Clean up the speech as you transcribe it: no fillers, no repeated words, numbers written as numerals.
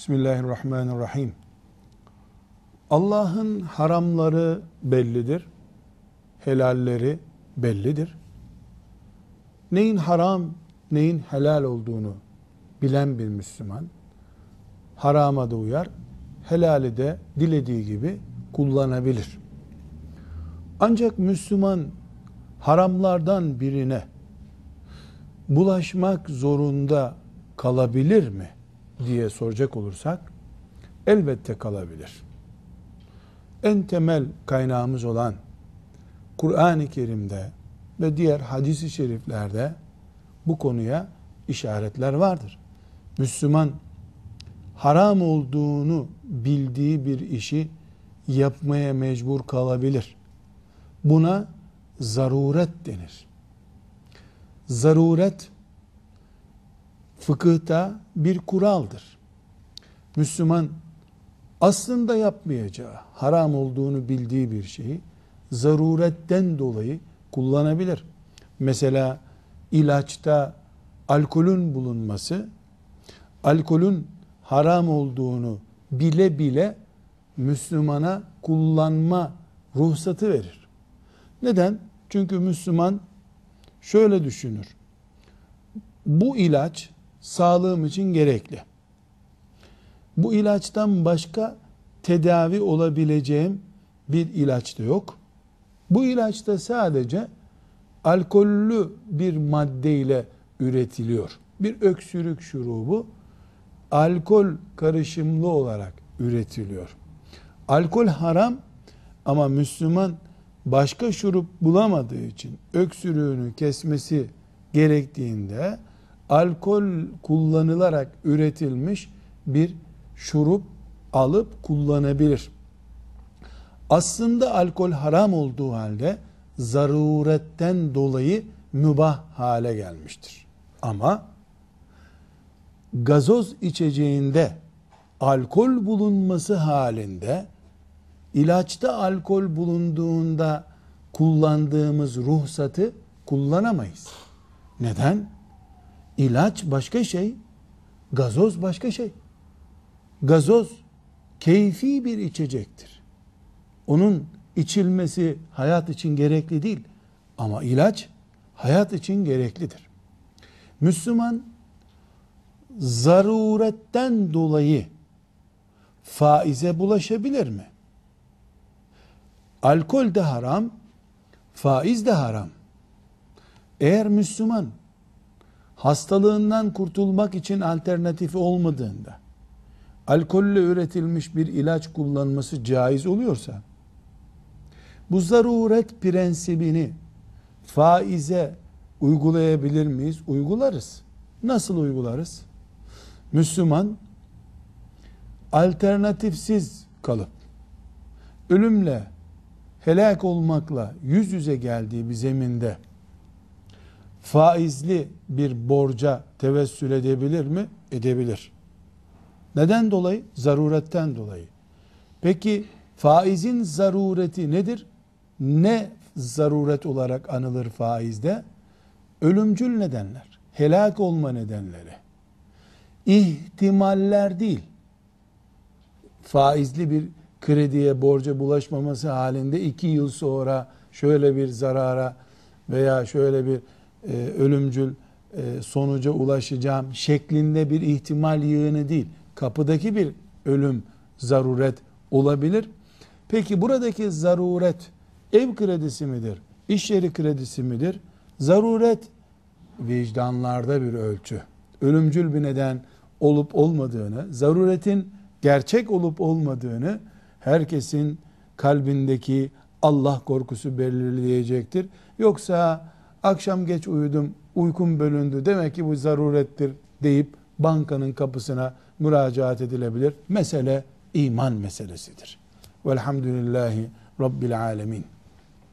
Bismillahirrahmanirrahim. Allah'ın haramları bellidir, helalleri bellidir. Neyin haram, neyin helal olduğunu bilen bir Müslüman, harama da uyar, helali de dilediği gibi kullanabilir. Ancak Müslüman haramlardan birine bulaşmak zorunda kalabilir mi diye soracak olursak, elbette kalabilir. En temel kaynağımız olan Kur'an-ı Kerim'de ve diğer hadis-i şeriflerde bu konuya işaretler vardır. Müslüman haram olduğunu bildiği bir işi yapmaya mecbur kalabilir. Buna zaruret denir. Zaruret fıkıhta bir kuraldır. Müslüman aslında yapmayacağı, haram olduğunu bildiği bir şeyi zaruretten dolayı kullanabilir. Mesela ilaçta alkolün bulunması, alkolün haram olduğunu bile bile Müslümana kullanma ruhsatı verir. Neden? Çünkü Müslüman şöyle düşünür: bu ilaç sağlığım için gerekli. Bu ilaçtan başka tedavi olabileceğim bir ilaç da yok. Bu ilaç da sadece alkollü bir maddeyle üretiliyor. Bir öksürük şurubu alkol karışımlı olarak üretiliyor. Alkol haram ama Müslüman başka şurup bulamadığı için öksürüğünü kesmesi gerektiğinde alkol kullanılarak üretilmiş bir şurup alıp kullanabilir. Aslında alkol haram olduğu halde zaruretten dolayı mübah hale gelmiştir. Ama gazoz içeceğinde alkol bulunması halinde, ilaçta alkol bulunduğunda kullandığımız ruhsatı kullanamayız. Neden? İlaç başka şey, gazoz başka şey. Gazoz keyfi bir içecektir. Onun içilmesi hayat için gerekli değil. Ama ilaç hayat için gereklidir. Müslüman zaruretten dolayı faize bulaşabilir mi? Alkol de haram, faiz de haram. Eğer Müslüman hastalığından kurtulmak için alternatifi olmadığında alkolle üretilmiş bir ilaç kullanması caiz oluyorsa, bu zaruret prensibini faize uygulayabilir miyiz? Uygularız. Nasıl uygularız? Müslüman alternatifsiz kalıp ölümle, helak olmakla yüz yüze geldiği bir zeminde faizli bir borca tevessül edebilir mi? Edebilir. Neden dolayı? Zaruretten dolayı. Peki faizin zarureti nedir? Ne zaruret olarak anılır faizde? Ölümcül nedenler, helak olma nedenleri. İhtimaller değil. Faizli bir krediye, borca bulaşmaması halinde 2 yıl sonra şöyle bir zarara veya şöyle bir ölümcül sonuca ulaşacağım şeklinde bir ihtimal yığını değil. Kapıdaki bir ölüm zaruret olabilir. Peki buradaki zaruret ev kredisi midir? İş yeri kredisi midir? Zaruret vicdanlarda bir ölçü. Ölümcül bir neden olup olmadığını, zaruretin gerçek olup olmadığını herkesin kalbindeki Allah korkusu belirleyecektir. Yoksa akşam geç uyudum, uykum bölündü, demek ki bu zarurettir deyip bankanın kapısına müracaat edilebilir. Mesele iman meselesidir. Velhamdülillahi Rabbil alemin.